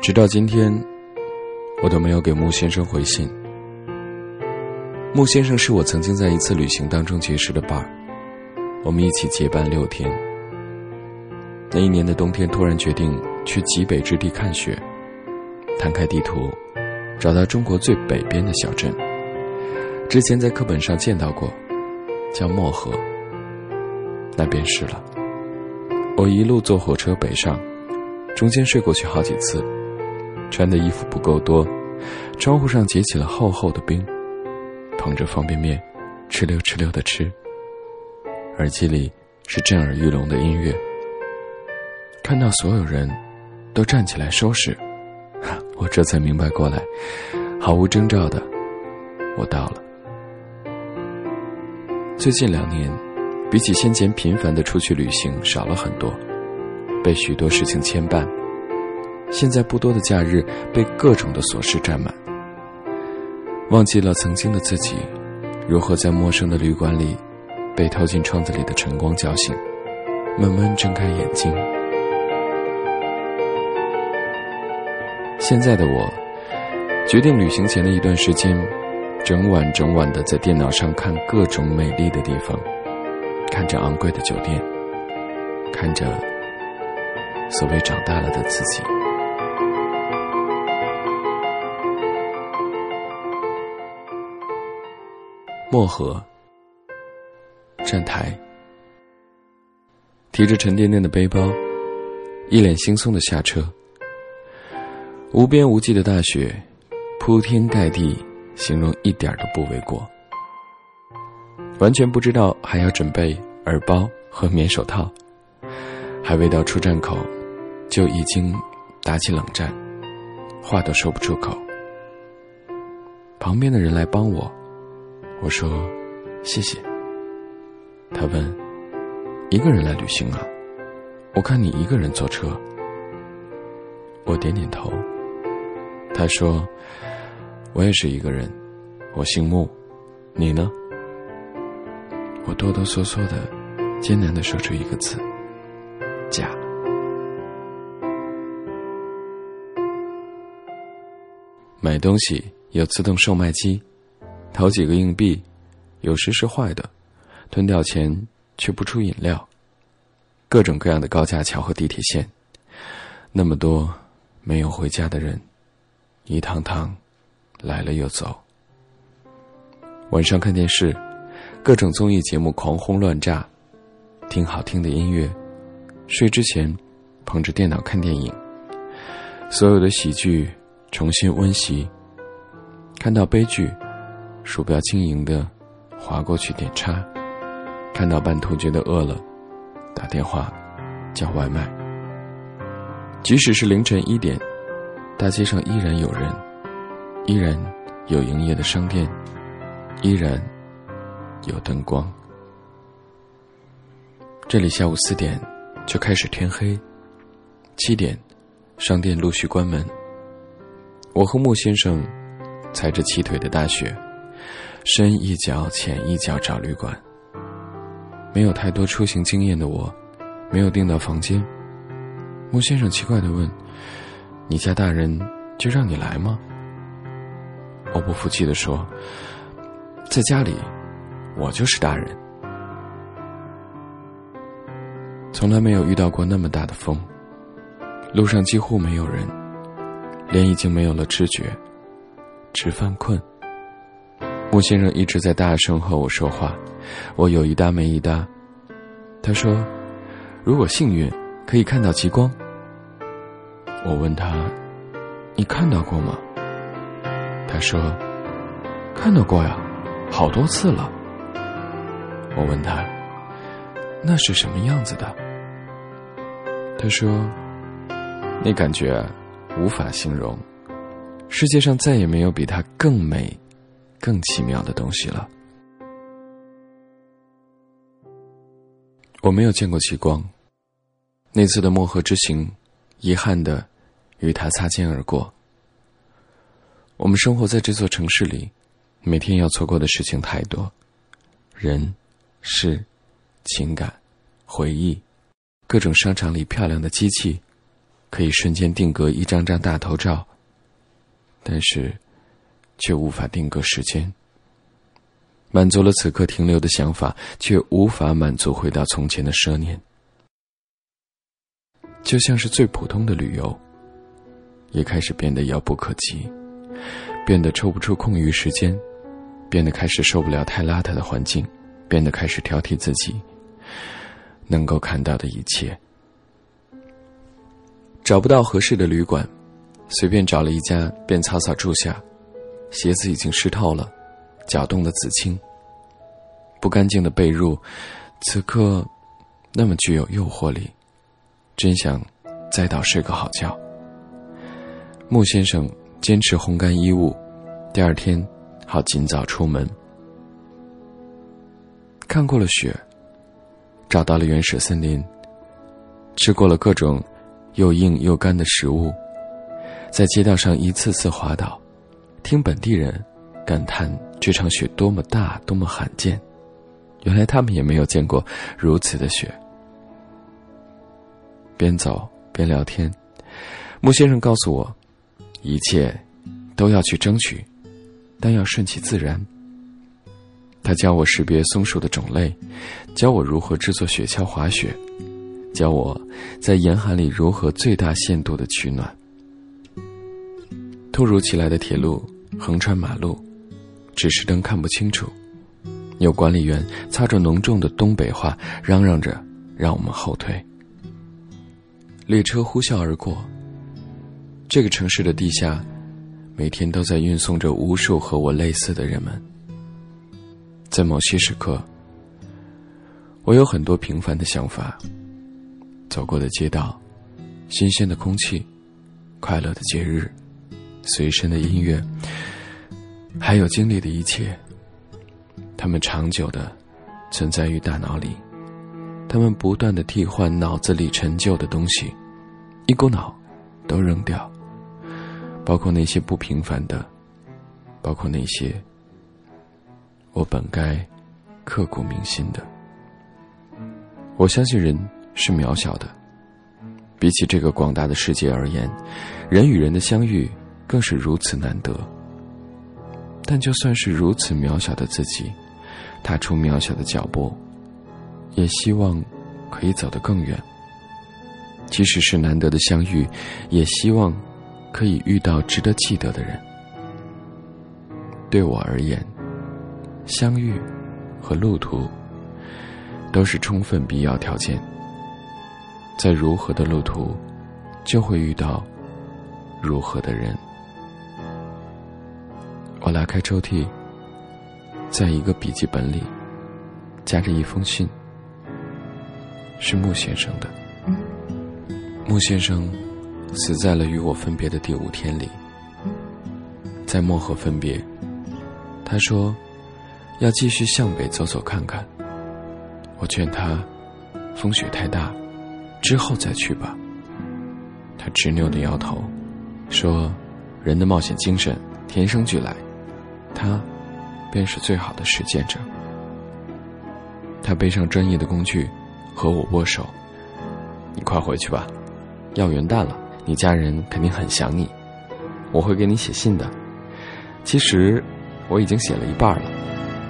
直到今天，我都没有给穆先生回信。穆先生是我曾经在一次旅行当中结识的伴儿，我们一起结伴6天。那一年的冬天，突然决定去极北之地看雪，摊开地图，找到中国最北边的小镇，之前在课本上见到过，叫漠河。那便是了。我一路坐火车北上，中间睡过去好几次，穿的衣服不够多，窗户上结起了厚厚的冰，捧着方便面哧溜哧溜地吃，耳机里是震耳欲聋的音乐。看到所有人都站起来收拾，我这才明白过来，毫无征兆的我到了。最近2年比起先前频繁的出去旅行少了很多，被许多事情牵绊，现在不多的假日被各种的琐事占满，忘记了曾经的自己如何在陌生的旅馆里被透进窗子里的晨光叫醒，慢慢睁开眼睛。现在的我决定旅行前的一段时间，整晚的在电脑上看各种美丽的地方，看着昂贵的酒店，看着所谓长大了的自己。漠河站台，提着沉甸甸的背包，一脸轻松地下车。无边无际的大雪铺天盖地，形容一点都不为过。完全不知道还要准备耳包和棉手套，还未到出站口就已经打起冷战，话都说不出口。旁边的人来帮我，我说谢谢。他问，一个人来旅行啊？我看你一个人坐车。我点点头。他说，我也是一个人，我姓穆，你呢？我哆哆嗦嗦的艰难地说出一个字，假。买东西有自动售卖机，投几个硬币，有时是坏的，吞掉钱却不出饮料，各种各样的高架桥和地铁线，那么多没有回家的人，一趟趟来了又走。晚上看电视，各种综艺节目狂轰乱炸，听好听的音乐，睡之前捧着电脑看电影，所有的喜剧重新温习，看到悲剧，鼠标轻盈地滑过去点叉，看到半途觉得饿了，打电话叫外卖。即使是凌晨1点，大街上依然有人，依然有营业的商店，依然有灯光。这里下午4点就开始天黑，7点商店陆续关门。我和穆先生踩着齐腿的大雪，深一脚浅一脚找旅馆。没有太多出行经验的我，没有订到房间。穆先生奇怪地问，你家大人就让你来吗？我不服气地说，在家里我就是大人。从来没有遇到过那么大的风，路上几乎没有人，脸已经没有了知觉，直犯困。穆先生一直在大声和我说话，我有一搭没一搭。他说，如果幸运可以看到极光。我问他，你看到过吗？他说，看到过呀，好多次了。我问他，那是什么样子的？他说，那感觉无法形容，世界上再也没有比它更美更奇妙的东西了。我没有见过极光，那次的漠河之行遗憾地与它擦肩而过。我们生活在这座城市里，每天要错过的事情太多，人、事、情感、回忆，各种商场里漂亮的机器， 可以瞬间定格一张张大头照，但是却无法定格时间。满足了此刻停留的想法，却无法满足回到从前的奢念。就像是最普通的旅游，也开始变得遥不可及，变得抽不出空余时间，变得开始受不了太邋遢的环境，变得开始挑剔自己能够看到的一切。找不到合适的旅馆，随便找了一家便草草住下，鞋子已经湿透了，脚冻得紫青。不干净的被褥此刻那么具有诱惑力，真想栽倒睡个好觉。穆先生坚持烘干衣物，第二天好尽早出门。看过了雪，找到了原始森林，吃过了各种又硬又干的食物，在街道上一次次滑倒，听本地人感叹这场雪多么大，多么罕见。原来他们也没有见过如此的雪。边走边聊天，穆先生告诉我，一切都要去争取，但要顺其自然。他教我识别松树的种类，教我如何制作雪橇滑雪，教我在严寒里如何最大限度的取暖。突如其来的铁路横穿马路，指示灯看不清楚，有管理员操着浓重的东北话嚷嚷着让我们后退。列车呼啸而过，这个城市的地下每天都在运送着无数和我类似的人们。在某些时刻，我有很多平凡的想法，走过的街道，新鲜的空气，快乐的节日，随身的音乐，还有经历的一切，它们长久地存在于大脑里，它们不断地替换脑子里陈旧的东西，一股脑都扔掉，包括那些不平凡的，包括那些我本该刻骨铭心的。我相信人是渺小的，比起这个广大的世界而言，人与人的相遇更是如此难得。但就算是如此渺小的自己，踏出渺小的脚步，也希望可以走得更远。即使是难得的相遇，也希望可以遇到值得记得的人。对我而言，相遇和路途都是充分必要条件。在如何的路途，就会遇到如何的人。我拉开抽屉，在一个笔记本里夹着一封信，是穆先生的。穆先生死在了与我分别的第5天里。在漠河分别，他说要继续向北走走看看。我劝他风雪太大，之后再去吧。他执拗地摇头，说人的冒险精神天生俱来，他便是最好的实践者。他背上专业的工具和我握手，你快回去吧，要元旦了，你家人肯定很想你，我会给你写信的。其实我已经写了一半了。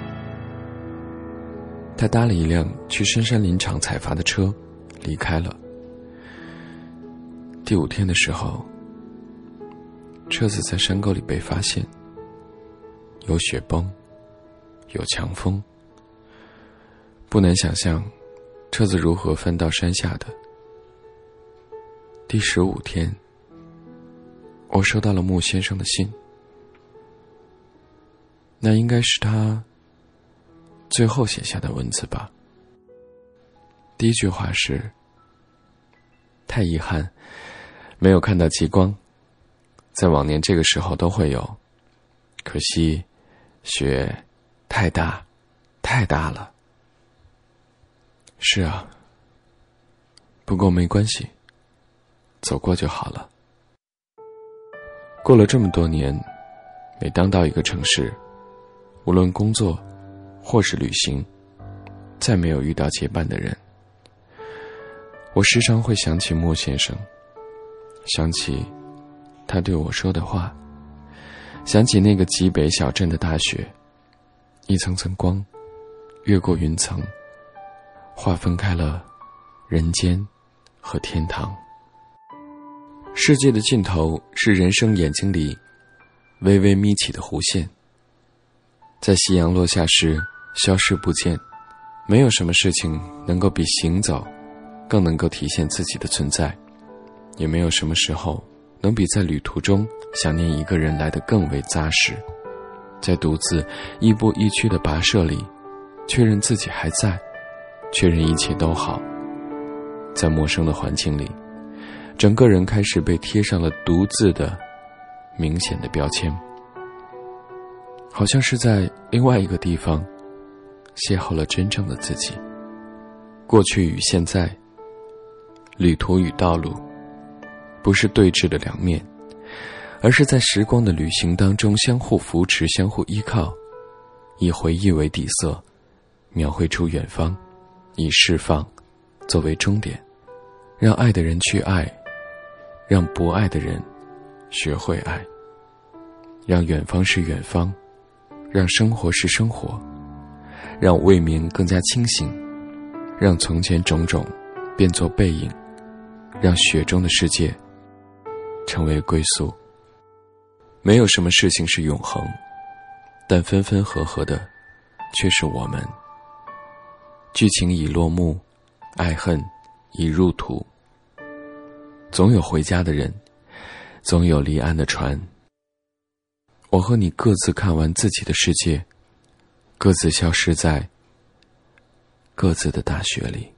他搭了一辆去深山林场采伐的车离开了。第5天的时候，车子在山沟里被发现，有雪崩，有强风，不难想象车子如何翻到山下的。第15天，我收到了穆先生的信，那应该是他最后写下的文字吧。第一句话是：太遗憾，没有看到极光，在往年这个时候都会有，可惜雪太大，太大了。是啊，不过没关系，走过就好了。过了这么多年，每当到一个城市，无论工作或是旅行，再没有遇到结伴的人，我时常会想起莫先生， 想起他对我说的话，想起那个极北小镇的大雪，一层层光越过云层，划分开了人间和天堂。世界的尽头是人生眼睛里微微眯起的弧线，在夕阳落下时消失不见。没有什么事情能够比行走更能够体现自己的存在，也没有什么时候能比在旅途中想念一个人来得更为扎实。在独自亦步亦趋的跋涉里，确认自己还在，确认一切都好。在陌生的环境里，整个人开始被贴上了独自的明显的标签，好像是在另外一个地方邂逅了真正的自己。过去与现在，旅途与道路，不是对峙的两面，而是在时光的旅行当中相互扶持，相互依靠，以回忆为底色，描绘出远方，以释放作为终点，让爱的人去爱，让不爱的人学会爱，让远方是远方，让生活是生活，让未眠更加清醒，让从前种种变作背影，让雪中的世界成为归宿。没有什么事情是永恒，但分分合合的却是我们。剧情已落幕，爱恨已入土，总有回家的人，总有离岸的船。我和你各自看完自己的世界，各自消失在各自的大学里。